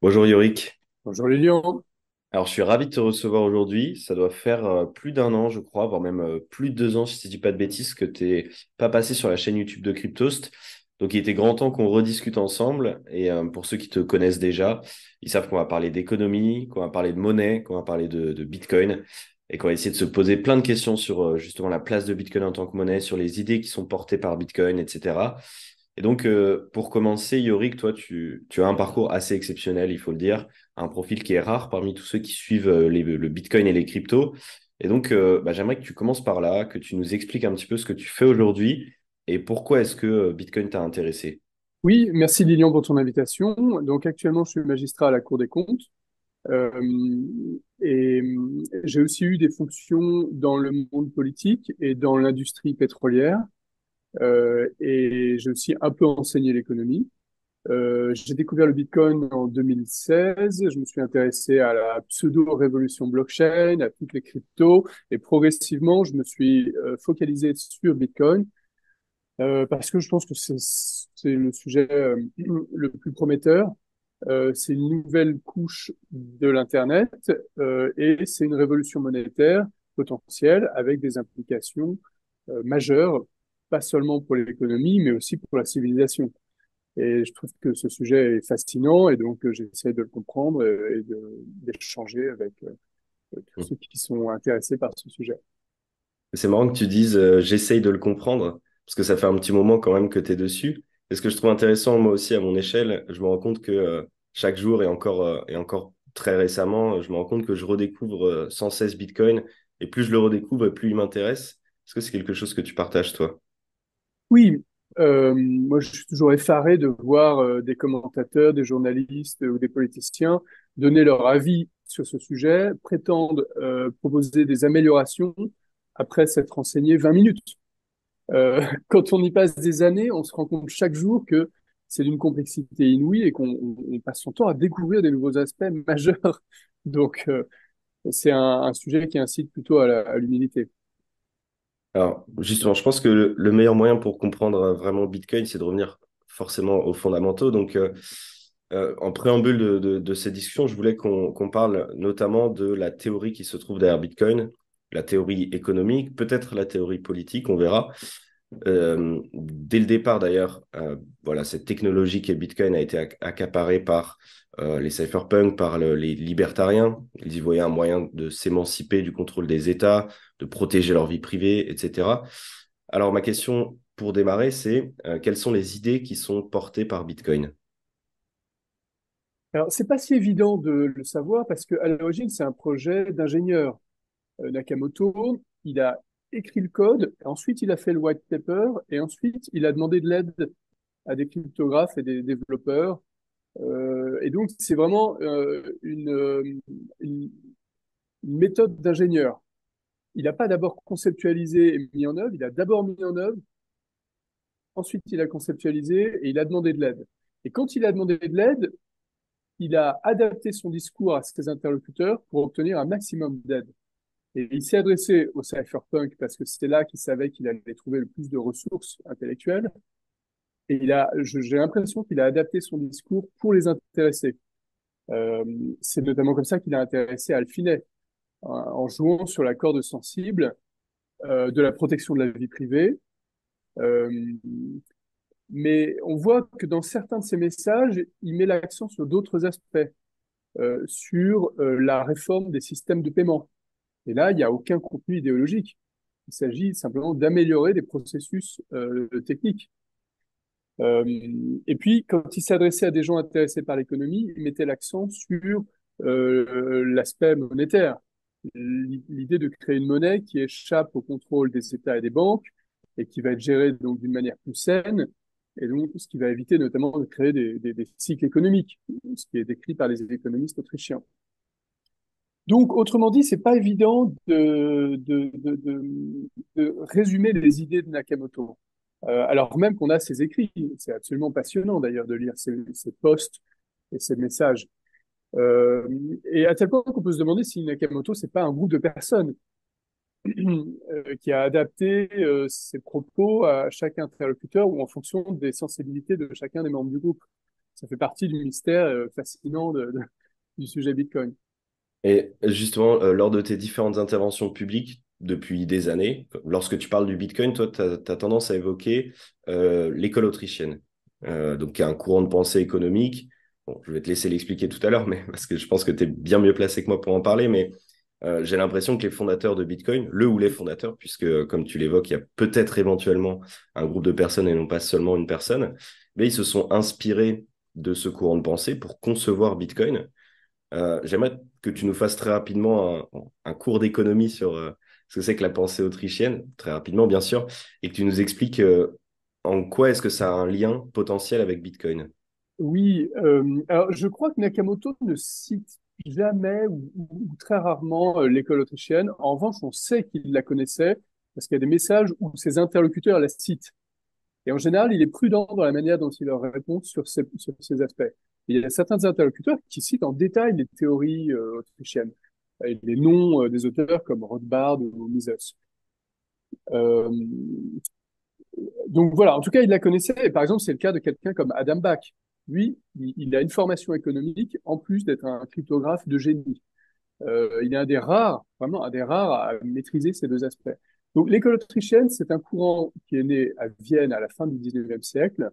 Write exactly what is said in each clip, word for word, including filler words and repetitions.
Bonjour Yorick. Bonjour Lilian. Alors je suis ravi de te recevoir aujourd'hui. Ça doit faire euh, plus d'un an, je crois, voire même euh, plus de deux ans, si je ne dis pas de bêtises, que tu n'es pas passé sur la chaîne YouTube de Cryptost. Donc il était grand temps qu'on rediscute ensemble. Et euh, pour ceux qui te connaissent déjà, ils savent qu'on va parler d'économie, qu'on va parler de monnaie, qu'on va parler de, de Bitcoin et qu'on va essayer de se poser plein de questions sur euh, justement la place de Bitcoin en tant que monnaie, sur les idées qui sont portées par Bitcoin, et cetera. Et donc, euh, pour commencer, Yorick, toi, tu, tu as un parcours assez exceptionnel, il faut le dire, un profil qui est rare parmi tous ceux qui suivent euh, les- le Bitcoin et les cryptos. Et donc, euh, bah, j'aimerais que tu commences par là, que tu nous expliques un petit peu ce que tu fais aujourd'hui et pourquoi est-ce que euh, Bitcoin t'a intéressé. Oui, merci Lilian pour ton invitation. Donc actuellement, je suis magistrat à la Cour des comptes euh, et euh, j'ai aussi eu des fonctions dans le monde politique et dans l'industrie pétrolière euh, et j'ai aussi un peu enseigné l'économie. Euh, j'ai découvert le Bitcoin en deux mille seize. Je me suis intéressé à la pseudo-révolution blockchain, à toutes les cryptos et progressivement, je me suis euh, focalisé sur Bitcoin. Euh, parce que je pense que c'est c'est le sujet euh, le plus prometteur. Euh, c'est une nouvelle couche de l'Internet euh, et c'est une révolution monétaire potentielle avec des implications euh, majeures, pas seulement pour l'économie, mais aussi pour la civilisation. Et je trouve que ce sujet est fascinant et donc euh, j'essaie de le comprendre euh, et de- d'échanger avec euh, tous Hmm. ceux qui sont intéressés par ce sujet. C'est marrant que tu dises euh, j'essaye de le comprendre, parce que ça fait un petit moment quand même que tu es dessus. Et ce que je trouve intéressant, moi aussi, à mon échelle, je me rends compte que euh, chaque jour et encore, euh, et encore très récemment, je me rends compte que je redécouvre euh, sans cesse Bitcoin. Et plus je le redécouvre, et plus il m'intéresse. Est-ce que c'est quelque chose que tu partages, toi? Oui, euh, moi je suis toujours effaré de voir euh, des commentateurs, des journalistes ou des politiciens donner leur avis sur ce sujet, prétendent euh, proposer des améliorations après s'être renseigné vingt minutes. Euh, quand on y passe des années, on se rend compte chaque jour que c'est d'une complexité inouïe et qu'on on- on passe son temps à découvrir des nouveaux aspects majeurs. Donc euh, c'est un, un sujet qui incite plutôt à la- à l'humilité. Alors, justement, je pense que le, le meilleur moyen pour comprendre euh, vraiment Bitcoin, c'est de revenir forcément aux fondamentaux. Donc, euh, euh, en préambule de, de, de ces discussions, je voulais qu'on qu'on parle notamment de la théorie qui se trouve derrière Bitcoin, la théorie économique, peut-être la théorie politique, on verra. Euh, dès le départ, d'ailleurs, euh, voilà, cette technologie qui est Bitcoin a été acc- accaparée par euh, les cypherpunks, par le- les libertariens. Ils y voyaient un moyen de s'émanciper du contrôle des États, de protéger leur vie privée, et cetera. Alors, ma question pour démarrer, c'est euh, quelles sont les idées qui sont portées par Bitcoin? Alors, c'est pas si évident de le savoir parce que à l'origine, c'est un projet d'ingénieur. Euh, Nakamoto, il a écrit le code, ensuite il a fait le white paper, et ensuite il a demandé de l'aide à des cryptographes et des développeurs. Euh, et donc, c'est vraiment euh, une, euh, une, une méthode d'ingénieur. Il n'a pas d'abord conceptualisé et mis en œuvre, il a d'abord mis en œuvre, ensuite il a conceptualisé et il a demandé de l'aide. Et quand il a demandé de l'aide, il a adapté son discours à ses interlocuteurs pour obtenir un maximum d'aide. Et il s'est adressé au cypherpunk parce que c'était là qu'il savait qu'il allait trouver le plus de ressources intellectuelles. Et il a, j'ai l'impression qu'il a adapté son discours pour les intéresser. Euh, c'est notamment comme ça qu'il a intéressé Alfinet, en en jouant sur la corde sensible euh, de la protection de la vie privée. Euh, mais on voit que dans certains de ses messages, il met l'accent sur d'autres aspects, euh, sur euh, la réforme des systèmes de paiement. Et là, il n'y a aucun contenu idéologique. Il s'agit simplement d'améliorer des processus euh, techniques. Euh, et puis, quand il s'adressait à des gens intéressés par l'économie, il mettait l'accent sur euh, l'aspect monétaire. L'idée de créer une monnaie qui échappe au contrôle des États et des banques et qui va être gérée donc d'une manière plus saine, et donc ce qui va éviter notamment de créer des, des, des cycles économiques, ce qui est décrit par les économistes autrichiens. Donc, autrement dit, c'est pas évident de, de, de, de, de résumer les idées de Nakamoto. Euh, alors même qu'on a ses écrits. C'est absolument passionnant d'ailleurs de lire ses, ses posts et ses messages. Euh, et à tel point qu'on peut se demander si Nakamoto, c'est pas un groupe de personnes euh, qui a adapté euh, ses propos à chaque interlocuteur ou en fonction des sensibilités de chacun des membres du groupe. ça fait partie du mystère euh, fascinant de, de- du sujet Bitcoin. Et justement, euh, lors de tes différentes interventions publiques depuis des années, lorsque tu parles du Bitcoin, toi, tu as, tendance à évoquer euh, l'école autrichienne, euh, donc qui est un courant de pensée économique. Bon, je vais te laisser l'expliquer tout à l'heure, mais parce que je pense que tu es bien mieux placé que moi pour en parler, mais euh, j'ai l'impression que les fondateurs de Bitcoin, le ou les fondateurs, puisque euh, comme tu l'évoques, il y a peut-être éventuellement un groupe de personnes et non pas seulement une personne, mais ils se sont inspirés de ce courant de pensée pour concevoir Bitcoin. Euh, j'aimerais que tu nous fasses très rapidement un, un cours d'économie sur euh, ce que c'est que la pensée autrichienne, très rapidement bien sûr, et que tu nous expliques euh, en quoi est-ce que ça a un lien potentiel avec Bitcoin. Oui, euh, alors je crois que Nakamoto ne cite jamais ou, ou- ou très rarement euh, l'école autrichienne. En revanche, on sait qu'il la connaissait parce qu'il y a des messages où ses interlocuteurs la citent. Et en général, il est prudent dans la manière dont il leur répond sur ces, sur ces aspects. Et il y a certains interlocuteurs qui citent en détail les théories euh, autrichiennes et les noms euh, des auteurs comme Rothbard ou Mises. Euh, donc voilà, en tout cas, il la connaissait. Et par exemple, c'est le cas de quelqu'un comme Adam Back. Lui, il, il a une formation économique en plus d'être un cryptographe de génie. Euh, il est un des rares, vraiment un des rares à maîtriser ces deux aspects. Donc l'école autrichienne, c'est un courant qui est né à Vienne à la fin du dix-neuvième siècle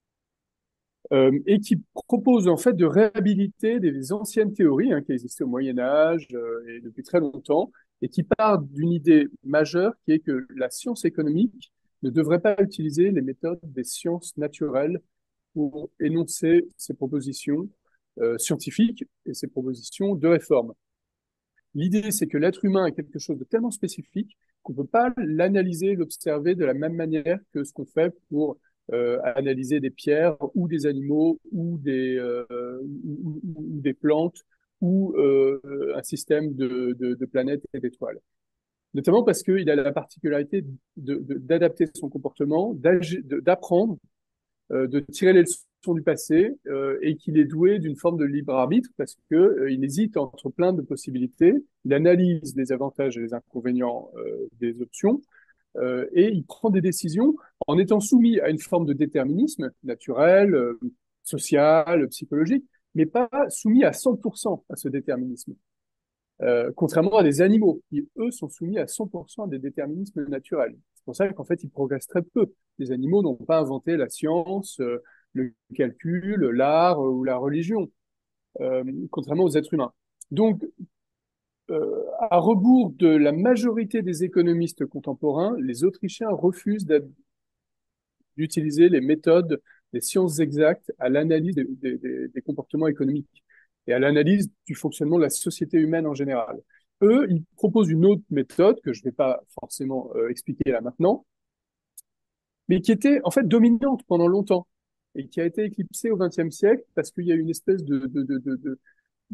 euh, et qui propose en fait de réhabiliter des anciennes théories hein, qui existaient au Moyen Âge euh, et depuis très longtemps, et qui part d'une idée majeure qui est que la science économique ne devrait pas utiliser les méthodes des sciences naturelles pour énoncer ses propositions euh, scientifiques et ses propositions de réforme. L'idée, c'est que l'être humain est quelque chose de tellement spécifique qu'on ne peut pas l'analyser, l'observer de la même manière que ce qu'on fait pour euh, analyser des pierres ou des animaux ou des, euh, ou, ou- ou des plantes ou euh, un système de, de, de planètes et d'étoiles. Notamment parce qu'il a la particularité de- de- d'adapter son comportement, d'agi- de- d'apprendre euh, de tirer les leçons du passé euh, et qu'il est doué d'une forme de libre arbitre parce que euh, il hésite entre plein de possibilités, il analyse les avantages et les inconvénients euh, des options euh, et il prend des décisions en étant soumis à une forme de déterminisme naturel, euh, social, psychologique, mais pas soumis à cent pour cent à ce déterminisme. Euh, contrairement à des animaux qui, eux, sont soumis à cent pour cent à des déterminismes naturels. C'est pour ça qu'en fait, ils progressent très peu. Les animaux n'ont pas inventé la science, euh, le calcul, l'art euh, ou la religion, euh, contrairement aux êtres humains. Donc, euh, à rebours de la majorité des économistes contemporains, les Autrichiens refusent d'utiliser les méthodes des sciences exactes à l'analyse des, des, des, des comportements économiques et à l'analyse du fonctionnement de la société humaine en général. Eux, ils proposent une autre méthode que je ne vais pas forcément euh, expliquer là maintenant, mais qui était en fait dominante pendant longtemps et qui a été éclipsée au XXe siècle parce qu'il y a une espèce de, de, de, de, de,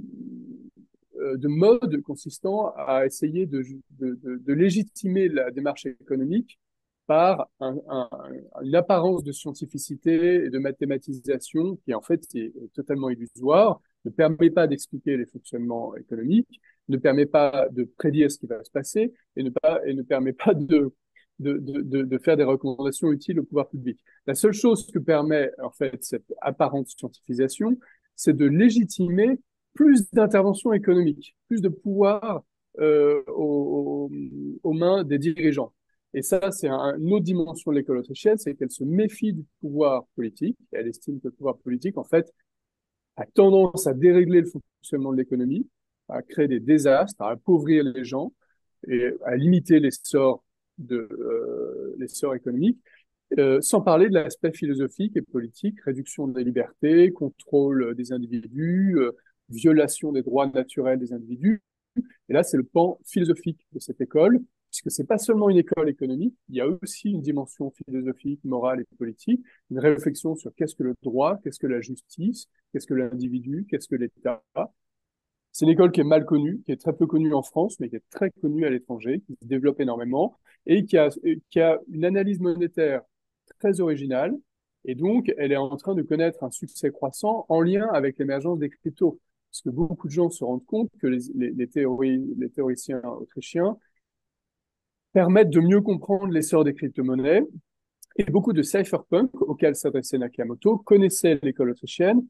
euh, de mode consistant à essayer de, de, de, de légitimer la démarche économique par un, un, une apparence de scientificité et de mathématisation qui en fait est, est totalement illusoire, ne permet pas d'expliquer les fonctionnements économiques, ne permet pas de prédire ce qui va se passer et ne, pas, et ne permet pas de, de, de, de faire des recommandations utiles au pouvoir public. La seule chose que permet en fait cette apparente scientifisation, c'est de légitimer plus d'intervention économique, plus de pouvoir euh, aux, aux mains des dirigeants. Et ça, c'est un, une autre dimension de l'école autrichienne, c'est qu'elle se méfie du pouvoir politique. Elle estime que le pouvoir politique, en fait, a tendance à dérégler le fonctionnement de l'économie, à créer des désastres, à appauvrir les gens et à limiter l'essor de euh, l'essor économique, euh, sans parler de l'aspect philosophique et politique, réduction des libertés, contrôle des individus, euh, violation des droits naturels des individus. Et là, c'est le pan philosophique de cette école, puisque c'est pas seulement une école économique, il y a aussi une dimension philosophique, morale et politique, une réflexion sur qu'est-ce que le droit, qu'est-ce que la justice, qu'est-ce que l'individu, qu'est-ce que l'État. C'est une école qui est mal connue, qui est très peu connue en France, mais qui est très connue à l'étranger, qui se développe énormément et qui a, qui a une analyse monétaire très originale. Et donc, elle est en train de connaître un succès croissant en lien avec l'émergence des cryptos. Parce que beaucoup de gens se rendent compte que les, les, les, théories, les théoriciens autrichiens permettent de mieux comprendre l'essor des crypto-monnaies. Et beaucoup de cypherpunk auxquels s'adressait Nakamoto connaissaient l'école autrichienne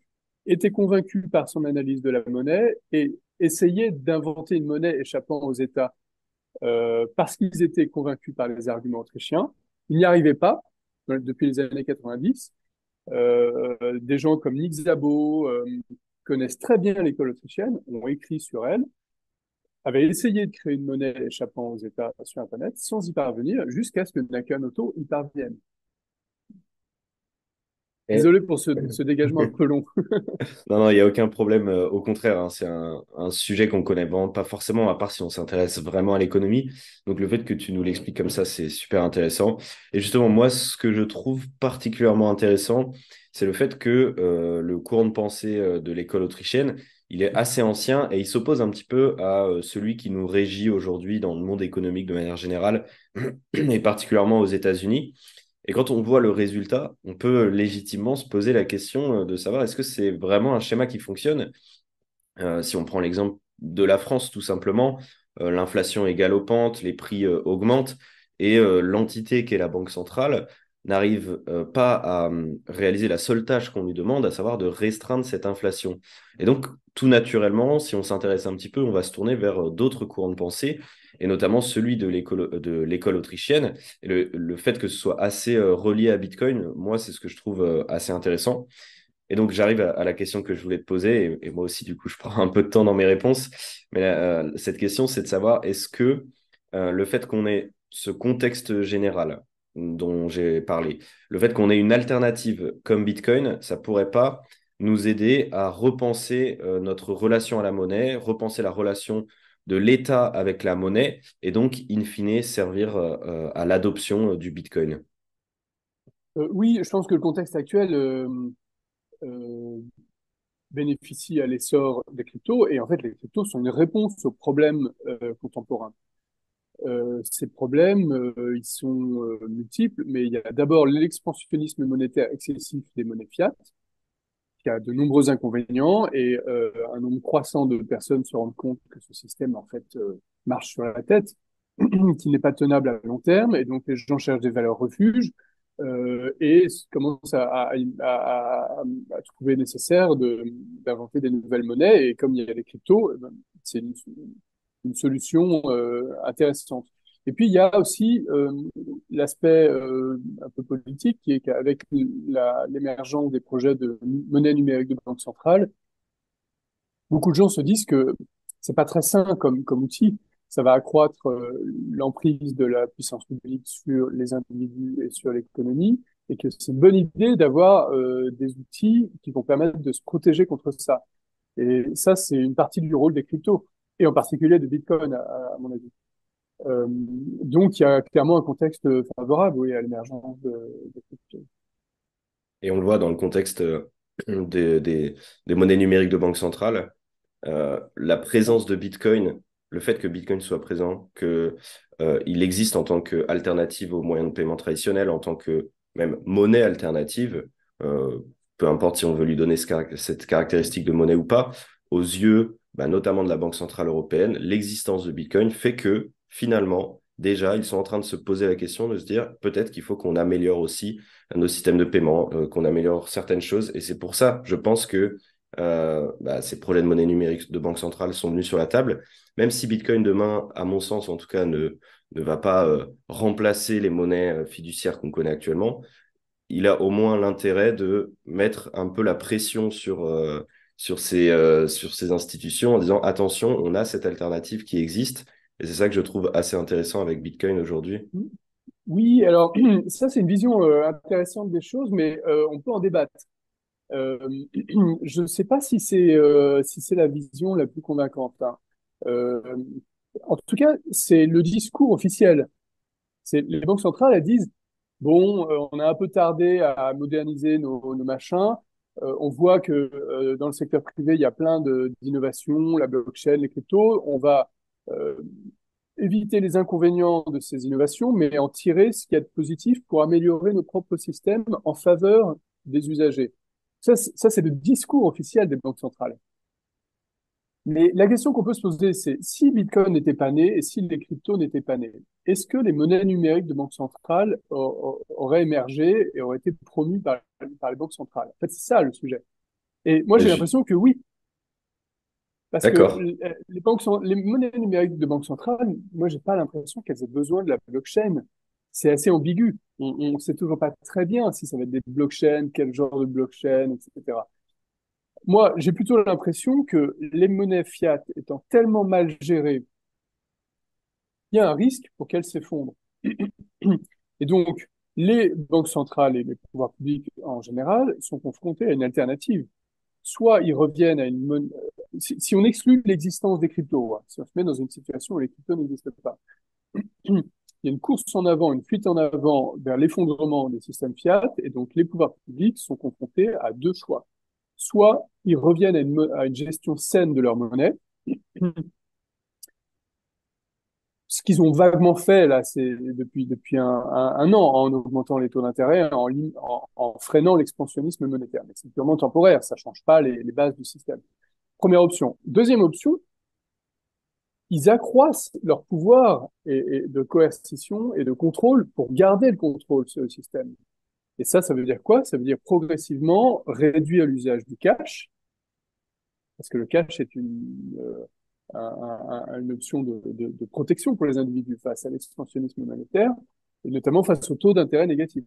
était convaincu par son analyse de la monnaie et essayait d'inventer une monnaie échappant aux États euh, parce qu'ils étaient convaincus par les arguments autrichiens. Ils n'y arrivaient pas euh, depuis les années quatre-vingt-dix. Euh, des gens comme Nick Szabo euh, connaissent très bien l'école autrichienne, ont écrit sur elle, avaient essayé de créer une monnaie échappant aux États sur Internet sans y parvenir, jusqu'à ce que Nakamoto y parvienne. Et- Désolé pour ce, ce dégagement un peu long. Non, non, il n'y a aucun problème. euh, Au contraire, hein, c'est un, un sujet qu'on connaît vraiment pas forcément, à part si on s'intéresse vraiment à l'économie. Donc, le fait que tu nous l'expliques comme ça, c'est super intéressant. Et justement, moi, ce que je trouve particulièrement intéressant, c'est le fait que euh, le courant de pensée euh, de l'école autrichienne, il est assez ancien et il s'oppose un petit peu à euh, celui qui nous régit aujourd'hui dans le monde économique de manière générale, et particulièrement aux États-Unis. Et quand on voit le résultat, on peut légitimement se poser la question euh, de savoir est-ce que c'est vraiment un schéma qui fonctionne. Euh, si on prend l'exemple de la France, tout simplement, euh, l'inflation est galopante, les prix euh, augmentent et euh, l'entité qui est la Banque centrale n'arrive euh, pas à euh, réaliser la seule tâche qu'on lui demande, à savoir de restreindre cette inflation. Et donc, tout naturellement, si on s'intéresse un petit peu, on va se tourner vers euh, d'autres courants de pensée, et notamment celui de l'école de l'école autrichienne. Et le, le fait que ce soit assez euh, relié à Bitcoin, moi, c'est ce que je trouve euh, assez intéressant. Et donc, j'arrive à, à la question que je voulais te poser, et, et moi aussi, du coup, je prends un peu de temps dans mes réponses. Mais euh, cette question, c'est de savoir, est-ce que euh, le fait qu'on ait ce contexte général dont j'ai parlé, le fait qu'on ait une alternative comme Bitcoin, ça pourrait pas nous aider à repenser euh, notre relation à la monnaie, repenser la relation de l'État avec la monnaie, et donc, in fine, servir euh, euh, à l'adoption euh, du Bitcoin. Euh, oui, je pense que le contexte actuel euh, euh, bénéficie à l'essor des cryptos, et en fait, les cryptos sont une réponse aux problèmes euh, contemporains. Euh, ces problèmes, euh, ils sont euh, multiples, mais il y a d'abord l'expansionnisme monétaire excessif des monnaies fiat, qui a de nombreux inconvénients, et euh, un nombre croissant de personnes se rendent compte que ce système, en fait, euh, marche sur la tête, qui n'est pas tenable à long terme, et donc les gens cherchent des valeurs refuges, euh, et commencent à, à, à, à, à trouver nécessaire de, d'inventer des nouvelles monnaies, et comme il y a les cryptos, c'est une, une solution euh, intéressante. Et puis il y a aussi euh, l'aspect euh, un peu politique qui est qu'avec la, l'émergence des projets de monnaie numérique de banque centrale, beaucoup de gens se disent que c'est pas très sain comme, comme outil. Ça va accroître euh, l'emprise de la puissance publique sur les individus et sur l'économie, et que c'est une bonne idée d'avoir euh, des outils qui vont permettre de se protéger contre ça. Et ça, c'est une partie du rôle des cryptos, et en particulier de Bitcoin, à, à mon avis. Euh, donc, il y a clairement un contexte favorable, oui, à l'émergence de, de crypto. Et on le voit dans le contexte euh, des, des, des monnaies numériques de banque centrale. Euh, la présence de Bitcoin, le fait que Bitcoin soit présent, que euh, il existe en tant qu'alternative aux moyens de paiement traditionnels, en tant que même monnaie alternative, euh, peu importe si on veut lui donner ce caract- cette caractéristique de monnaie ou pas, aux yeux bah, notamment de la Banque Centrale Européenne, l'existence de Bitcoin fait que finalement, déjà, ils sont en train de se poser la question de se dire peut-être qu'il faut qu'on améliore aussi nos systèmes de paiement, euh, qu'on améliore certaines choses. Et c'est pour ça, je pense que euh, bah, ces projets de monnaie numérique de banque centrale sont venus sur la table, même si Bitcoin demain, à mon sens en tout cas, ne, ne va pas euh, remplacer les monnaies euh, fiduciaires qu'on connaît actuellement, il a au moins l'intérêt de mettre un peu la pression sur, euh, sur ces, euh, sur ces institutions en disant attention, on a cette alternative qui existe. Et c'est ça que je trouve assez intéressant avec Bitcoin aujourd'hui. Oui, alors ça, c'est une vision euh, intéressante des choses, mais euh, on peut en débattre. Euh, je ne sais pas si c'est euh, si c'est la vision la plus convaincante, hein. Euh, En tout cas, c'est le discours officiel. C'est les banques centrales, elles disent, bon, euh, on a un peu tardé à moderniser nos, nos machins. Euh, on voit que euh, dans le secteur privé, il y a plein de d'innovations, la blockchain, les cryptos. On va euh, éviter les inconvénients de ces innovations, mais en tirer ce qu'il y a de positif pour améliorer nos propres systèmes en faveur des usagers. Ça, c'est- ça, c'est le discours officiel des banques centrales. Mais la question qu'on peut se poser, c'est si Bitcoin n'était pas né et si les cryptos n'étaient pas nés, est-ce que les monnaies numériques de banque centrale auraient émergé et auraient été promues par, par les banques centrales? En fait, c'est ça le sujet. Et moi, Et j'ai je- l'impression que oui, parce que D'accord. l- les banques, cen- les monnaies numériques de banque centrale, moi, j'ai pas l'impression qu'elles aient besoin de la blockchain. C'est assez ambigu. On, on sait toujours pas très bien si ça va être des blockchains, quel genre de blockchain, et cetera. Moi, j'ai plutôt l'impression que les monnaies fiat étant tellement mal gérées, il y a un risque pour qu'elles s'effondrent. Et donc, les banques centrales et les pouvoirs publics en général sont confrontés à une alternative. Soit ils reviennent à une monnaie. Si, si on exclut l'existence des cryptos, hein, si on se met dans une situation où les cryptos n'existent pas, il y a une course en avant, une fuite en avant vers l'effondrement des systèmes fiat, et donc les pouvoirs publics sont confrontés à deux choix. Soit ils reviennent à une, à une gestion saine de leur monnaie, ce qu'ils ont vaguement fait là, c'est depuis depuis un, un, un an, en augmentant les taux d'intérêt, en, en, en freinant l'expansionnisme monétaire. Mais c'est purement temporaire, ça change pas les, les bases du système. Première option. Deuxième option, ils accroissent leur pouvoir et, et de coercition et de contrôle pour garder le contrôle sur le système. Et ça, ça veut dire quoi? Ça veut dire progressivement réduire l'usage du cash, parce que le cash est une, euh, un, un, une option de, de, de, protection pour les individus face à l'expansionnisme monétaire, et notamment face aux taux d'intérêt négatifs.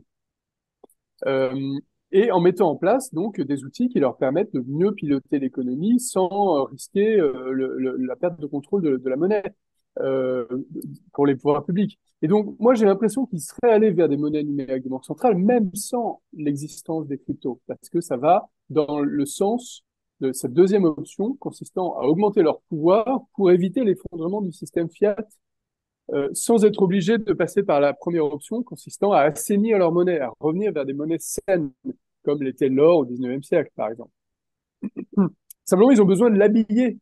Euh, et en mettant en place donc des outils qui leur permettent de mieux piloter l'économie sans euh, risquer euh, le, le, la perte de contrôle de, de la monnaie euh, pour les pouvoirs publics. Et donc, moi, j'ai l'impression qu'ils seraient allés vers des monnaies numériques de banque centrale, même sans l'existence des cryptos, parce que ça va dans le sens de cette deuxième option consistant à augmenter leur pouvoir pour éviter l'effondrement du système fiat euh, sans être obligé de passer par la première option consistant à assainir leur monnaie, à revenir vers des monnaies saines, comme l'était l'or au dix-neuvième siècle, par exemple. Simplement, ils ont besoin de l'habiller,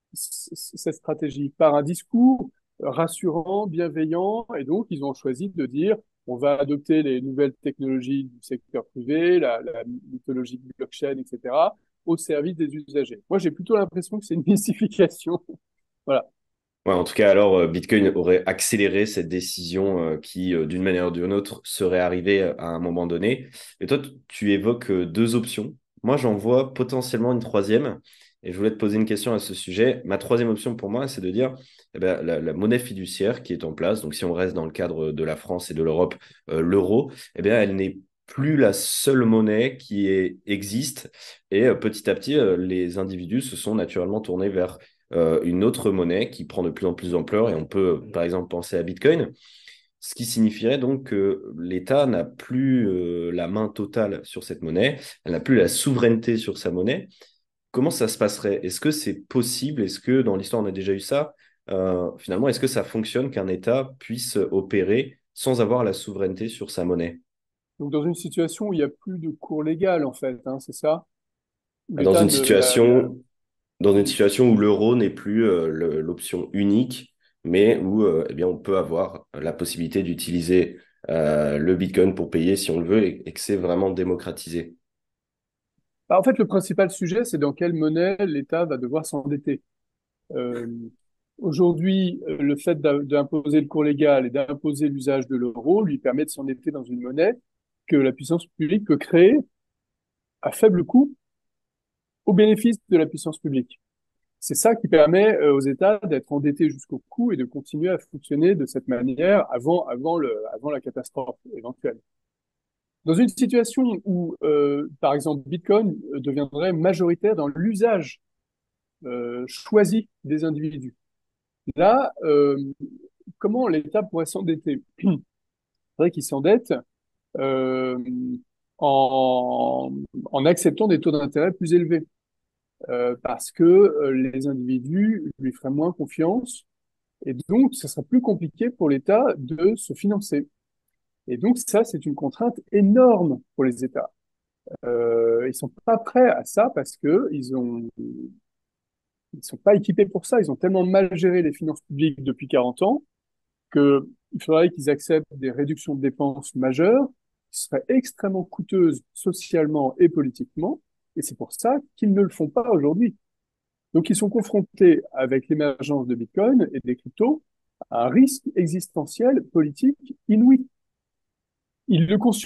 cette stratégie, par un discours rassurant, bienveillant, et donc ils ont choisi de dire on va adopter les nouvelles technologies du secteur privé, la, la mythologie blockchain, et cetera, au service des usagers. Moi, j'ai plutôt l'impression que c'est une mystification. Voilà. Ouais, en tout cas, alors, euh, Bitcoin aurait accéléré cette décision euh, qui, euh, d'une manière ou d'une autre, serait arrivée euh, à un moment donné. Et toi, t- tu évoques euh, deux options. Moi, j'en vois potentiellement une troisième. Et je voulais te poser une question à ce sujet. Ma troisième option pour moi, c'est de dire eh ben, la, la monnaie fiduciaire qui est en place, donc si on reste dans le cadre de la France et de l'Europe, euh, l'euro, eh bien, elle n'est plus la seule monnaie qui est- existe. Et euh, petit à petit, euh, les individus se sont naturellement tournés vers euh, une autre monnaie qui prend de plus en plus d'ampleur et on peut par exemple penser à Bitcoin, ce qui signifierait donc que l'État n'a plus euh, la main totale sur cette monnaie, elle n'a plus la souveraineté sur sa monnaie. Comment ça se passerait? Est-ce que c'est possible? Est-ce que dans l'histoire on a déjà eu ça? Euh, finalement, est-ce que ça fonctionne qu'un État puisse opérer sans avoir la souveraineté sur sa monnaie? Donc, dans une situation où il n'y a plus de cours légal, en fait, hein, c'est ça? Où Dans l'État une ne... La, la... situation dans une situation où l'euro n'est plus euh, le- l'option unique, mais où euh, eh bien, on peut avoir la possibilité d'utiliser euh, le Bitcoin pour payer si on le veut et, et que c'est vraiment démocratisé. Bah, en fait, le principal sujet, c'est dans quelle monnaie l'État va devoir s'endetter. Euh, Aujourd'hui, euh, le fait d'a- d'imposer le cours légal et d'imposer l'usage de l'euro lui permet de s'endetter dans une monnaie que la puissance publique peut créer à faible coût au bénéfice de la puissance publique. C'est ça qui permet euh, aux États d'être endettés jusqu'au cou et de continuer à fonctionner de cette manière avant, avant, le, avant la catastrophe éventuelle. Dans une situation où, euh, par exemple, Bitcoin deviendrait majoritaire dans l'usage euh, choisi des individus, là, euh, comment l'État pourrait s'endetter? C'est vrai qu'il s'endette euh, en, en acceptant des taux d'intérêt plus élevés, euh, parce que euh, les individus lui feraient moins confiance, et donc ce serait plus compliqué pour l'État de se financer. Et donc ça, c'est une contrainte énorme pour les États. Euh, ils sont pas prêts à ça parce que ils ont, ils sont pas équipés pour ça. Ils ont tellement mal géré les finances publiques depuis quarante ans que il faudrait qu'ils acceptent des réductions de dépenses majeures qui seraient extrêmement coûteuses socialement et politiquement. Et c'est pour ça qu'ils ne le font pas aujourd'hui. Donc, ils sont confrontés avec l'émergence de Bitcoin et des cryptos à un risque existentiel politique inouï. Ils le conçoivent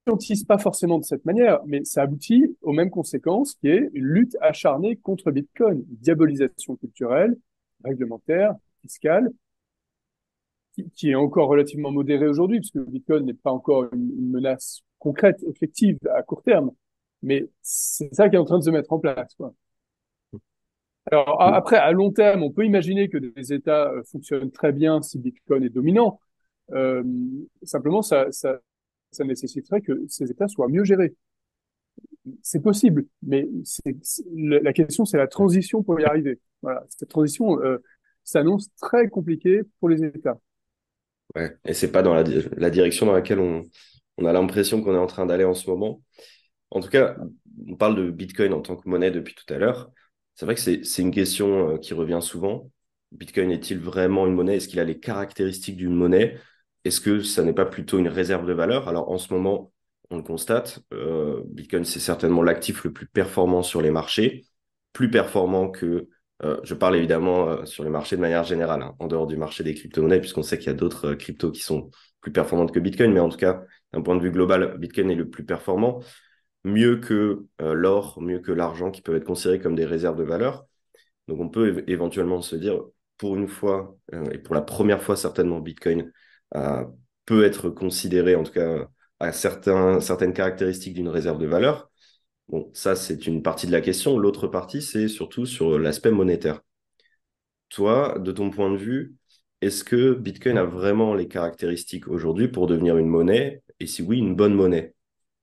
conscientise pas forcément de cette manière, mais ça aboutit aux mêmes conséquences, qui est une lutte acharnée contre Bitcoin, une diabolisation culturelle, réglementaire, fiscale, qui, qui est encore relativement modérée aujourd'hui, puisque Bitcoin n'est pas encore une, une menace concrète, effective, à court terme. Mais c'est ça qui est en train de se mettre en place, quoi. Alors a- après, à long terme, on peut imaginer que des États euh, fonctionnent très bien si Bitcoin est dominant. Euh, Simplement, ça, ça, ça nécessiterait que ces États soient mieux gérés. C'est possible, mais c'est, c'est- la la question, c'est la transition pour y arriver. Voilà, cette transition euh, s'annonce très compliquée pour les États. Ouais. Et c'est pas dans la, di- la direction dans laquelle on, on a l'impression qu'on est en train d'aller en ce moment. En tout cas, on parle de Bitcoin en tant que monnaie depuis tout à l'heure. C'est vrai que c'est, c'est une question euh, qui revient souvent. Bitcoin est-il vraiment une monnaie? Est-ce qu'il a les caractéristiques d'une monnaie? Est-ce que ça n'est pas plutôt une réserve de valeur? Alors en ce moment, on le constate, euh, Bitcoin, c'est certainement l'actif le plus performant sur les marchés, plus performant que, euh, je parle évidemment euh, sur les marchés de manière générale, hein, en dehors du marché des crypto-monnaies, puisqu'on sait qu'il y a d'autres euh, cryptos qui sont plus performantes que Bitcoin, mais en tout cas, d'un point de vue global, Bitcoin est le plus performant, mieux que euh, l'or, mieux que l'argent qui peuvent être considérés comme des réserves de valeur. Donc on peut é- éventuellement se dire, pour une fois, euh, et pour la première fois certainement, Bitcoin euh, peut être considéré, en tout cas à certains, certaines caractéristiques d'une réserve de valeur. Bon, ça c'est une partie de la question. L'autre partie, c'est surtout sur l'aspect monétaire. Toi, de ton point de vue, est-ce que Bitcoin a vraiment les caractéristiques aujourd'hui pour devenir une monnaie? Et si oui, une bonne monnaie?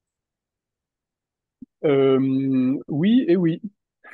Euh, oui et oui.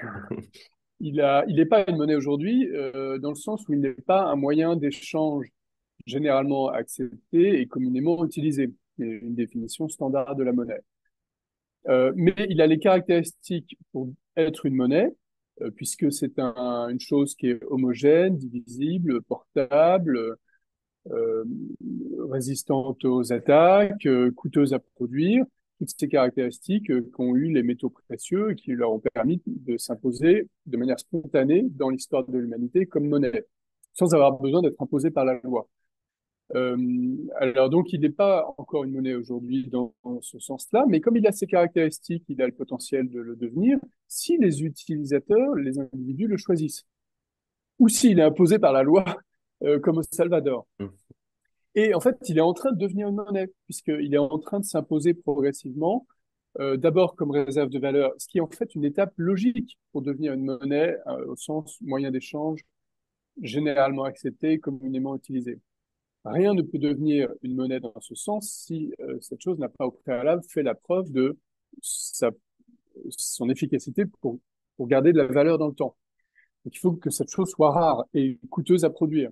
Il a, il n'est pas une monnaie aujourd'hui, euh, dans le sens où il n'est pas un moyen d'échange généralement accepté et communément utilisé. C'est une définition standard de la monnaie. Euh, mais il a les caractéristiques pour être une monnaie, euh, puisque c'est un, une chose qui est homogène, divisible, portable, euh, résistante aux attaques, euh, coûteuse à produire, toutes ces caractéristiques euh, qu'ont eu les métaux précieux et qui leur ont permis de s'imposer de manière spontanée dans l'histoire de l'humanité comme monnaie, sans avoir besoin d'être imposé par la loi. Euh, alors donc, il n'est pas encore une monnaie aujourd'hui dans, dans ce sens-là, mais comme il a ces caractéristiques, il a le potentiel de le devenir si les utilisateurs, les individus le choisissent, ou s'il est imposé par la loi, euh, comme au Salvador. Et en fait, il est en train de devenir une monnaie, puisqu'il est en train de s'imposer progressivement, euh, d'abord comme réserve de valeur, ce qui est en fait une étape logique pour devenir une monnaie, euh, au sens moyen d'échange généralement accepté, communément utilisé. Rien ne peut devenir une monnaie dans ce sens si euh, cette chose n'a pas au préalable fait la preuve de sa, son efficacité pour, pour garder de la valeur dans le temps. Donc il faut que cette chose soit rare et coûteuse à produire.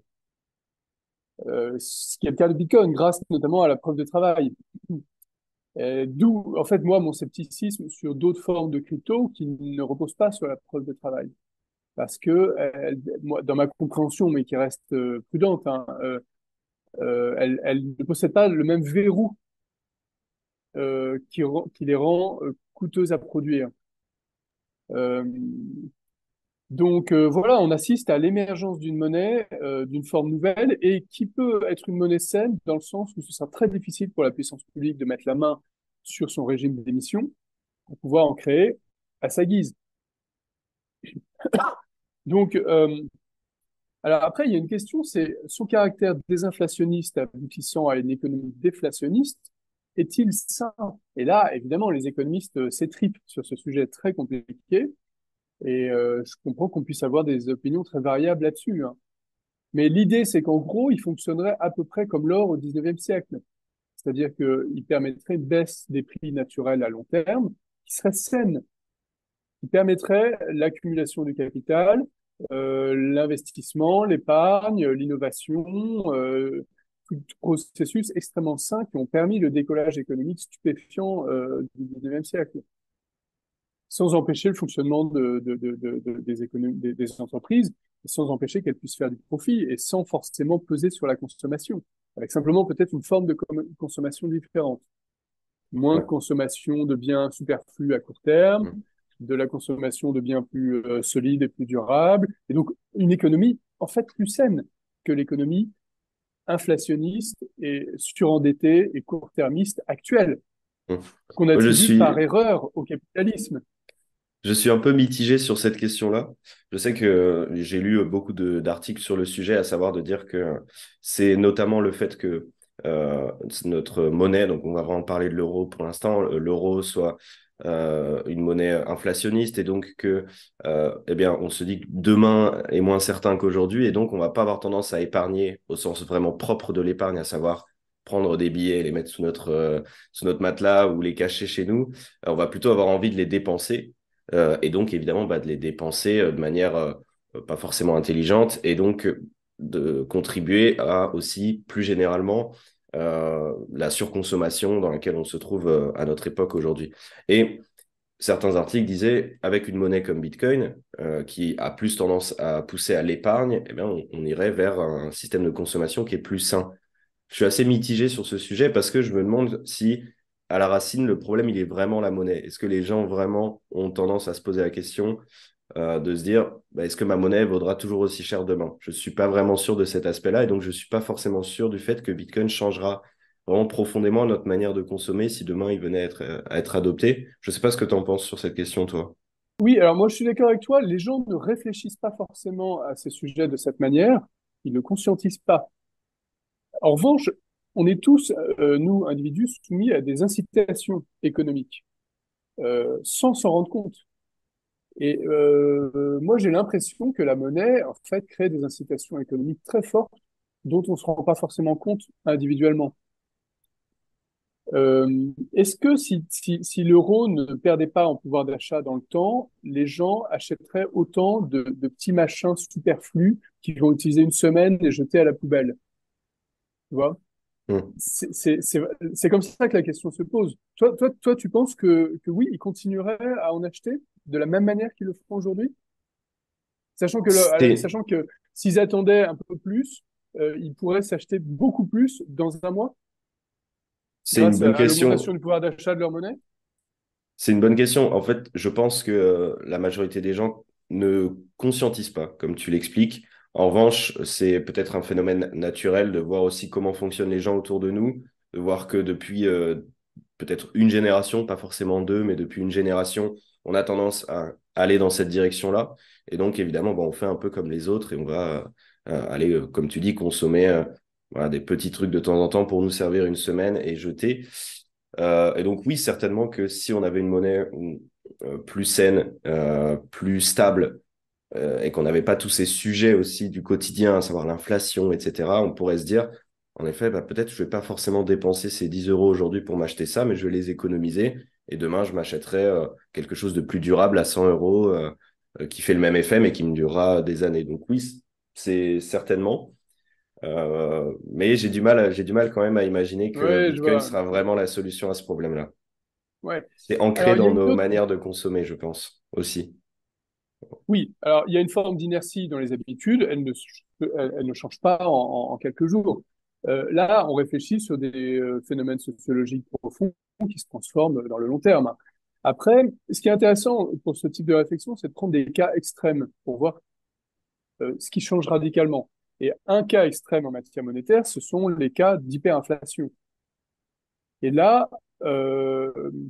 Euh, ce qui est le cas de Bitcoin, grâce notamment à la preuve de travail. Euh, D'où, en fait, moi, mon scepticisme sur d'autres formes de crypto qui ne reposent pas sur la preuve de travail. Parce que, euh, moi, dans ma compréhension, mais qui reste euh, prudente, hein, euh, euh, elle, elle ne possède pas le même verrou euh, qui, rend- qui les rend euh, coûteuses à produire. Euh, donc euh, voilà, on assiste à l'émergence d'une monnaie, euh, d'une forme nouvelle, et qui peut être une monnaie saine dans le sens où ce sera très difficile pour la puissance publique de mettre la main sur son régime d'émission pour pouvoir en créer à sa guise. Donc, euh, alors après, il y a une question, c'est son caractère désinflationniste aboutissant à une économie déflationniste, est-il sain? Et là, évidemment, les économistes euh, s'étripent sur ce sujet très compliqué, et euh, je comprends qu'on puisse avoir des opinions très variables là-dessus, hein. Mais l'idée, c'est qu'en gros, il fonctionnerait à peu près comme l'or au dix-neuvième siècle. C'est-à-dire qu'il permettrait une baisse des prix naturels à long terme qui serait saine, qui permettrait l'accumulation du capital, euh, l'investissement, l'épargne, l'innovation, euh, tout processus extrêmement sains qui ont permis le décollage économique stupéfiant euh, du dix-neuvième siècle, sans empêcher le fonctionnement de, de, de, de, des, économies, des, des entreprises, sans empêcher qu'elles puissent faire du profit et sans forcément peser sur la consommation, avec simplement peut-être une forme de consommation différente. Moins de Ouais. consommation de biens superflus à court terme, de la consommation de biens plus euh, solides et plus durables, et donc une économie en fait plus saine que l'économie inflationniste et surendettée et court-termiste actuelle. Hum. qu'on Moi, je attribue par suis, erreur au capitalisme. je suis un peu mitigé sur cette question-là. Je sais que euh, j'ai lu beaucoup de, d'articles sur le sujet, à savoir de dire que c'est notamment le fait que euh, notre monnaie, donc on va vraiment parler de l'euro pour l'instant, l'euro soit euh, une monnaie inflationniste et donc que, euh, eh bien, on se dit que demain est moins certain qu'aujourd'hui et donc on va pas avoir tendance à épargner au sens vraiment propre de l'épargne, à savoir prendre des billets et les mettre sous notre, euh, sous notre matelas ou les cacher chez nous. Euh, on va plutôt avoir envie de les dépenser euh, et donc évidemment bah, de les dépenser euh, de manière euh, pas forcément intelligente et donc euh, de contribuer à aussi plus généralement euh, la surconsommation dans laquelle on se trouve euh, à notre époque aujourd'hui. Et certains articles disaient, avec une monnaie comme Bitcoin, euh, qui a plus tendance à pousser à l'épargne, eh bien, on, on irait vers un système de consommation qui est plus sain. Je suis assez mitigé sur ce sujet parce que je me demande si, à la racine, le problème, il est vraiment la monnaie. Est-ce que les gens vraiment ont tendance à se poser la question euh, de se dire, bah, est-ce que ma monnaie vaudra toujours aussi cher demain? Je ne suis pas vraiment sûr de cet aspect-là et donc je ne suis pas forcément sûr du fait que Bitcoin changera vraiment profondément notre manière de consommer si demain il venait à être, euh, à être adopté. Je ne sais pas ce que tu en penses sur cette question, toi. Oui, alors moi je suis d'accord avec toi, les gens ne réfléchissent pas forcément à ces sujets de cette manière, ils ne conscientisent pas. En revanche, on est tous, euh, nous, individus, soumis à des incitations économiques, euh, sans s'en rendre compte. Et euh, moi, j'ai l'impression que la monnaie, en fait, crée des incitations économiques très fortes dont on ne se rend pas forcément compte individuellement. Euh, est-ce que si, si, si l'euro ne perdait pas en pouvoir d'achat dans le temps, les gens achèteraient autant de, de petits machins superflus qu'ils vont utiliser une semaine et jeter à la poubelle? Tu vois? Hmm. C'est c'est- c'est- c'est comme ça que la question se pose. Toi, toi, toi, tu penses que, que oui, ils continueraient à en acheter de la même manière qu'ils le font aujourd'hui? Sachant que, le- euh, C'est, sachant que s'ils attendaient un peu plus, euh, ils pourraient s'acheter beaucoup plus dans un mois c'est une grâce bonne à, à l'augmentation question. du pouvoir d'achat de leur monnaie? C'est une bonne question. En fait, je pense que euh, la majorité des gens ne conscientisent pas, comme tu l'expliques. En revanche, c'est peut-être un phénomène naturel de voir aussi comment fonctionnent les gens autour de nous, de voir que depuis euh, peut-être une génération, pas forcément deux, mais depuis une génération, on a tendance à aller dans cette direction-là. Et donc, évidemment, bon, on fait un peu comme les autres et on va euh, aller, euh, comme tu dis, consommer euh, voilà, des petits trucs de temps en temps pour nous servir une semaine et jeter. Euh, et donc oui, certainement que si on avait une monnaie euh, plus saine, euh, plus stable, euh, et qu'on n'avait pas tous ces sujets aussi du quotidien, à savoir l'inflation, et cetera, on pourrait se dire, en effet, bah, peut-être je vais pas forcément dépenser ces dix euros aujourd'hui pour m'acheter ça, mais je vais les économiser. Et demain, je m'achèterai euh, quelque chose de plus durable à cent euros, euh, euh, qui fait le même effet, mais qui me durera des années. Donc oui, c'est certainement. Euh, mais j'ai du mal, j'ai du mal quand même à imaginer que Ouais, je Bitcoin vois. sera vraiment la solution à ce problème-là. Ouais. C'est ancré Alors, il y dans a une nos autre. manières de consommer, je pense, aussi. Oui, alors il y a une forme d'inertie dans les habitudes, elle ne, elle, elle ne change pas en, en- en quelques jours. Euh, là, on réfléchit sur des euh, phénomènes sociologiques profonds qui se transforment dans le long terme. Après, ce qui est intéressant pour ce type de réflexion, c'est de prendre des cas extrêmes pour voir euh, ce qui change radicalement. Et un cas extrême en matière monétaire, ce sont les cas d'hyperinflation. Et là, euh,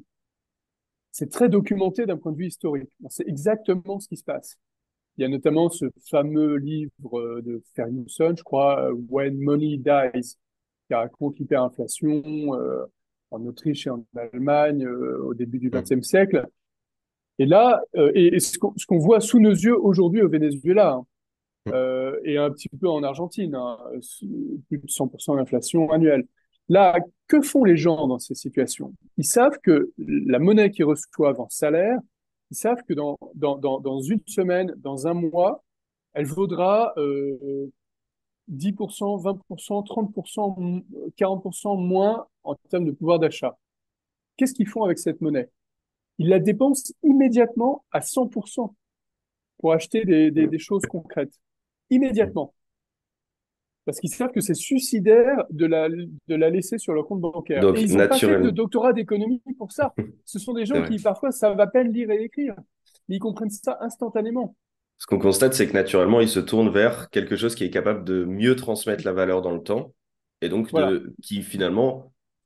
c'est très documenté d'un point de vue historique. On sait exactement ce qui se passe. Il y a notamment ce fameux livre euh, de Ferguson, je crois, euh, When Money Dies, qui raconte l'hyperinflation euh, en Autriche et en Allemagne euh, au début du Mm. vingtième siècle. Et là, euh, et, et ce qu'on ce qu'on voit sous nos yeux aujourd'hui au Venezuela, hein, Mm. euh, et un petit peu en Argentine, hein, plus de cent pour cent d'inflation annuelle. Là, que font les gens dans ces situations? Ils savent que la monnaie qu'ils reçoivent en salaire, ils savent que dans, dans, dans, dans une semaine, dans un mois, elle vaudra euh, dix pour cent, vingt pour cent, trente pour cent, quarante pour cent moins en termes de pouvoir d'achat. Qu'est-ce qu'ils font avec cette monnaie? Ils la dépensent immédiatement à cent pour cent pour acheter des, des, Mm. des choses concrètes. Mm. Immédiatement. Parce qu'ils savent que c'est suicidaire de la, de la laisser sur leur compte bancaire. Et Donc, ils n'ont pas fait de naturel. doctorat d'économie pour ça. Ce sont des C'est gens vrai. qui, parfois, savent à peine lire et écrire. Mais ils comprennent ça instantanément. Ce qu'on constate, c'est que naturellement, ils se tournent vers quelque chose qui est capable de mieux transmettre la valeur dans le temps et donc Voilà. de qui finalement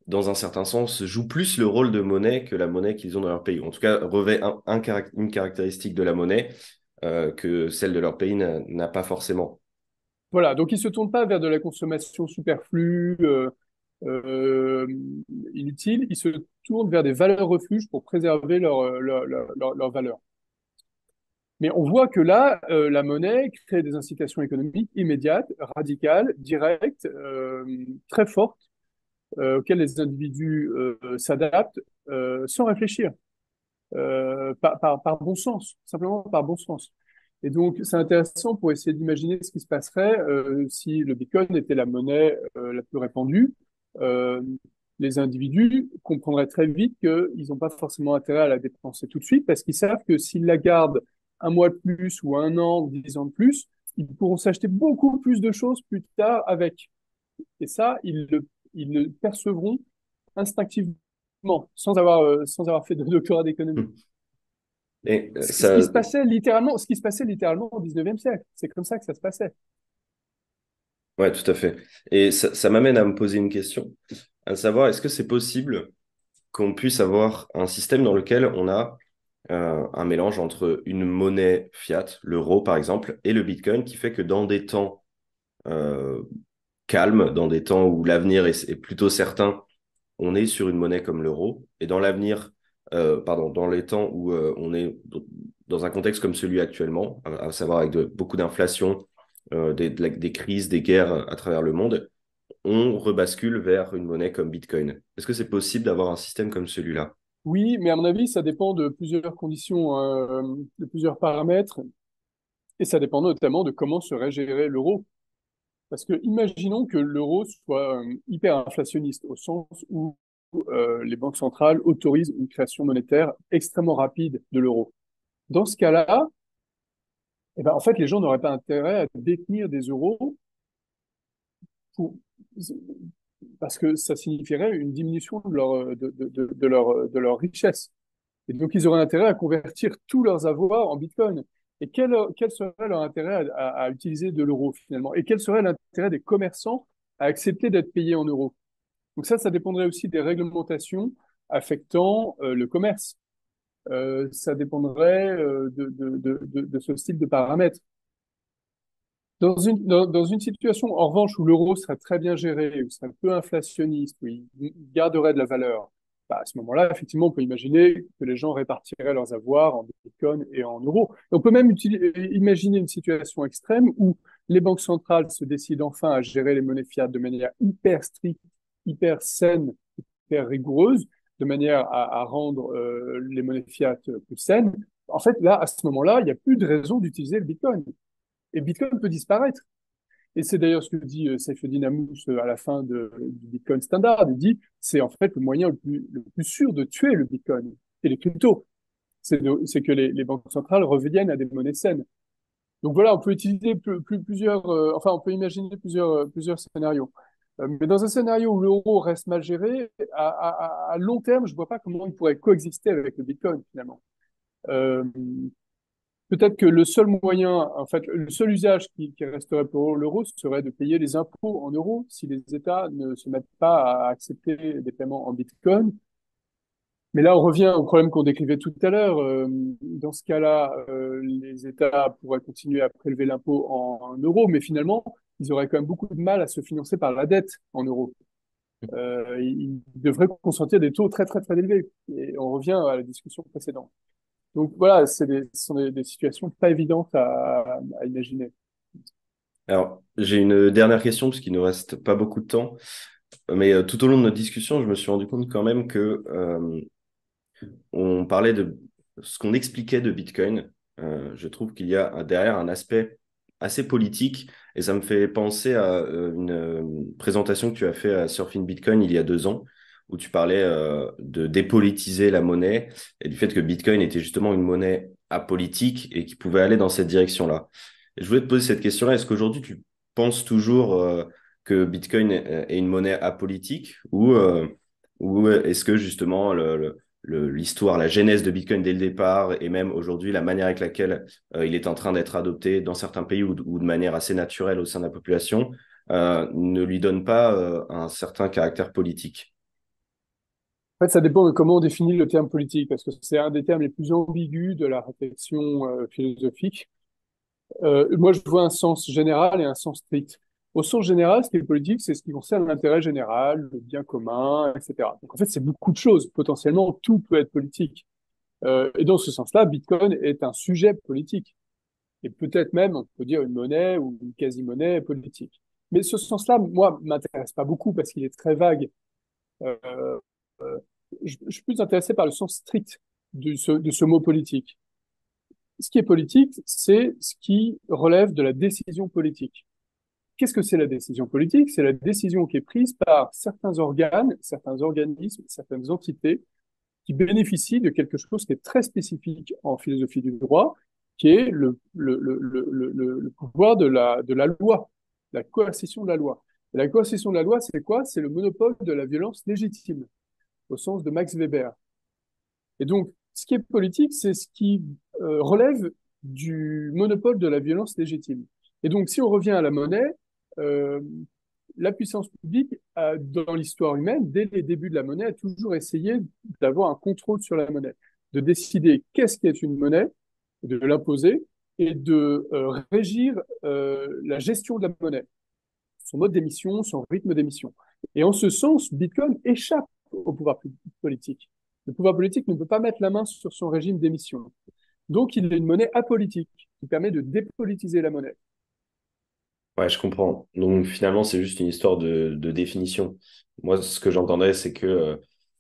dans un certain sens, jouent plus le rôle de monnaie que la monnaie qu'ils ont dans leur pays. En tout cas, revêt un, un caract- une caractéristique de la monnaie euh, que celle de leur pays n'a n'a pas forcément. Voilà, donc ils se tournent pas vers de la consommation superflue, euh, euh, inutile, ils se tournent vers des valeurs refuges pour préserver leur, euh, leur, leur, leur, leur valeur. Mais on voit que là, euh, la monnaie crée des incitations économiques immédiates, radicales, directes, euh, très fortes, euh, auxquelles les individus euh, s'adaptent euh, sans réfléchir, euh, par, par, par bon sens, simplement par bon sens. Et donc, c'est intéressant pour essayer d'imaginer ce qui se passerait euh, si le Bitcoin était la monnaie euh, la plus répandue. Euh, les individus comprendraient très vite qu'ils n'ont pas forcément intérêt à la dépenser tout de suite parce qu'ils savent que s'ils la gardent un mois de plus ou un an ou dix ans de plus, ils pourront s'acheter beaucoup plus de choses plus tard avec. Et ça, ils le, ils le percevront instinctivement, sans avoir, euh, sans avoir fait de doctorat d'économie. Et euh, Ce ce qui ça, se passait littéralement, ce qui se passait littéralement au dix-neuvième siècle. C'est comme ça que ça se passait. ouais, tout à fait. Et ça, ça m'amène à me poser une question, à savoir, est-ce que c'est possible qu'on puisse avoir un système dans lequel on a euh, un mélange entre une monnaie fiat, l'euro par exemple, et le Bitcoin, qui fait que dans des temps euh, calmes, dans des temps où l'avenir est, est plutôt certain, on est sur une monnaie comme l'euro, et dans l'avenir, euh, pardon, dans les temps où euh, on est dans un contexte comme celui actuellement, à, à savoir avec de, beaucoup d'inflation, euh, des, de la- des crises, des guerres à travers le monde, on rebascule vers une monnaie comme Bitcoin. Est-ce que c'est possible d'avoir un système comme celui-là? Oui, mais à mon avis, ça dépend de plusieurs conditions, euh, de plusieurs paramètres, et ça dépend notamment de comment serait géré l'euro. Parce que imaginons que l'euro soit euh, hyper inflationniste, au sens où euh, les banques centrales autorisent une création monétaire extrêmement rapide de l'euro. Dans ce cas-là, eh ben, en fait, les gens n'auraient pas intérêt à détenir des euros pour, parce que ça signifierait une diminution de leur, de, de, de, de leur, de leur richesse. Et donc, ils auraient intérêt à convertir tous leurs avoirs en Bitcoin. Et quel, quel serait leur intérêt à, à, à utiliser de l'euro finalement? Et quel serait l'intérêt des commerçants à accepter d'être payés en euros? Donc ça, ça dépendrait aussi des réglementations affectant euh, le commerce. Euh, ça dépendrait euh, de, de, de, de, de ce style de paramètres. Dans une, dans, dans une situation, en revanche, où l'euro serait très bien géré, où serait peu inflationniste, où il garderait de la valeur, bah, à ce moment-là, effectivement, on peut imaginer que les gens répartiraient leurs avoirs en bitcoin et en euros. Et on peut même imaginer une situation extrême où les banques centrales se décident enfin à gérer les monnaies fiat de manière hyper stricte, hyper saine, hyper rigoureuse, de manière à, à rendre euh, les monnaies fiat plus saines. En fait, là, à ce moment-là, il n'y a plus de raison d'utiliser le bitcoin. Et Bitcoin peut disparaître. Et c'est d'ailleurs ce que dit euh, Saifedean Ammous euh, à la fin de, du Bitcoin standard. Il dit, c'est en fait le moyen le plus, le plus sûr de tuer le Bitcoin et les cryptos. C'est de- c'est que les, les banques centrales reviennent à des monnaies saines. Donc voilà, on peut utiliser plus, plus- plusieurs, euh, enfin, on peut imaginer plusieurs, euh, plusieurs scénarios. Euh, mais dans un scénario où l'euro reste mal géré, à, à- à long terme, je vois pas comment il pourrait coexister avec le Bitcoin finalement. Euh, Peut-être que le seul moyen, en fait, le seul usage qui, qui resterait pour l'euro serait de payer les impôts en euros si les États ne se mettent pas à accepter des paiements en Bitcoin. Mais là, on revient au problème qu'on décrivait tout à l'heure. Euh, dans ce cas-là, euh, les États pourraient continuer à prélever l'impôt en, en euros, mais finalement, ils auraient quand même beaucoup de mal à se financer par la dette en euros. Euh, ils devraient consentir des taux très, très, très élevés. Et on revient à la discussion précédente. Donc voilà, c'est des, ce sont des, des situations pas évidentes à, à imaginer. Alors, j'ai une dernière question, parce qu'il ne reste pas beaucoup de temps. Mais euh, tout au long de notre discussion, je me suis rendu compte quand même que euh, on parlait de ce qu'on expliquait de Bitcoin. Euh, je trouve qu'il y a derrière un aspect assez politique, et ça me fait penser à euh, une euh, présentation que tu as fait à Surfing Bitcoin il y a deux ans, où tu parlais euh, de dépolitiser la monnaie et du fait que Bitcoin était justement une monnaie apolitique et qui pouvait aller dans cette direction-là. Et je voulais te poser cette question-là. Est-ce qu'aujourd'hui tu penses toujours euh, que Bitcoin est est une monnaie apolitique, ou, euh, ou est-ce que justement le, le le- l'histoire, la genèse de Bitcoin dès le départ, et même aujourd'hui la manière avec laquelle euh, il est en train d'être adopté dans certains pays, ou, ou de manière assez naturelle au sein de la population, euh, ne lui donne pas euh, un certain caractère politique. En fait, ça dépend de comment on définit le terme politique, parce que c'est un des termes les plus ambigus de la réflexion euh, philosophique. Euh, moi, je vois un sens général et un sens strict. Au sens général, ce qui est politique, c'est ce qui concerne l'intérêt général, le bien commun, et cetera. Donc, en fait, c'est beaucoup de choses. Potentiellement, tout peut être politique. Euh, et dans ce sens-là, Bitcoin est un sujet politique. Et peut-être même, on peut dire, une monnaie ou une quasi-monnaie politique. Mais ce sens-là, moi, m'intéresse pas beaucoup parce qu'il est très vague. Euh, je, je suis plus intéressé par le sens strict de ce, de ce mot politique. Ce qui est politique, c'est ce qui relève de la décision politique. Qu'est-ce que c'est la décision politique? C'est la décision qui est prise par certains organes, certains organismes, certaines entités qui bénéficient de quelque chose qui est très spécifique en philosophie du droit, qui est le, le, le, le, le, le pouvoir de la, de la loi, la coercition de la loi. Et la coercition de la loi, c'est quoi? C'est le monopole de la violence légitime, au sens de Max Weber. Et donc, ce qui est politique, c'est ce qui euh, relève du monopole de la violence légitime. Et donc, si on revient à la monnaie, euh, la puissance publique, a, dans l'histoire humaine, dès les débuts de la monnaie, a toujours essayé d'avoir un contrôle sur la monnaie, de décider qu'est-ce qui est une monnaie, de l'imposer et de euh, régir euh, la gestion de la monnaie, son mode d'émission, son rythme d'émission. Et en ce sens, Bitcoin échappe au pouvoir politique. Le pouvoir politique ne peut pas mettre la main sur son régime d'émission. Donc, il est une monnaie apolitique qui permet de dépolitiser la monnaie. Ouais, je comprends. Donc finalement, c'est juste une histoire de, de définition. Moi, ce que j'entendrais, c'est que euh,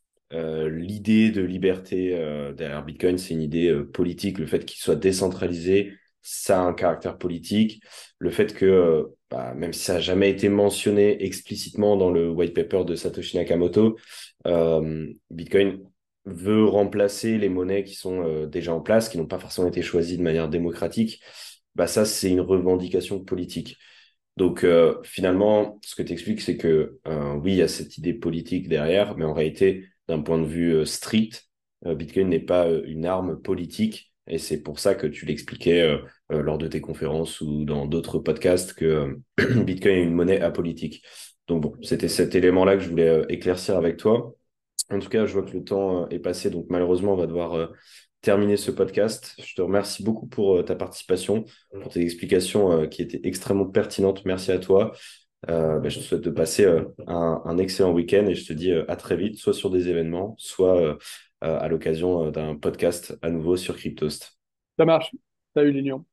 euh, l'idée de liberté euh, derrière Bitcoin, c'est une idée euh, politique. Le fait qu'il soit décentralisé, ça a un caractère politique. Le fait que, euh, bah, même si ça n'a jamais été mentionné explicitement dans le white paper de Satoshi Nakamoto, euh, Bitcoin veut remplacer les monnaies qui sont euh, déjà en place, qui n'ont pas forcément été choisies de manière démocratique. Bah, ça, c'est une revendication politique. Donc euh, finalement, ce que tu expliques, c'est que euh, oui, il y a cette idée politique derrière, mais en réalité, d'un point de vue euh, strict, euh, Bitcoin n'est pas euh, une arme politique, et c'est pour ça que tu l'expliquais euh, euh, lors de tes conférences ou dans d'autres podcasts que euh, Bitcoin est une monnaie apolitique. Donc bon, c'était cet élément-là que je voulais euh, éclaircir avec toi. En tout cas, je vois que le temps euh, est passé, donc malheureusement, on va devoir euh, terminer ce podcast. Je te remercie beaucoup pour euh, ta participation, pour tes explications euh, qui étaient extrêmement pertinentes. Merci à toi. Euh, bah, je te souhaite de passer euh, un, un excellent week-end et je te dis euh, à très vite, soit sur des événements, soit euh, euh, à l'occasion euh, d'un podcast à nouveau sur Cryptost. Ça marche. Salut l'Union.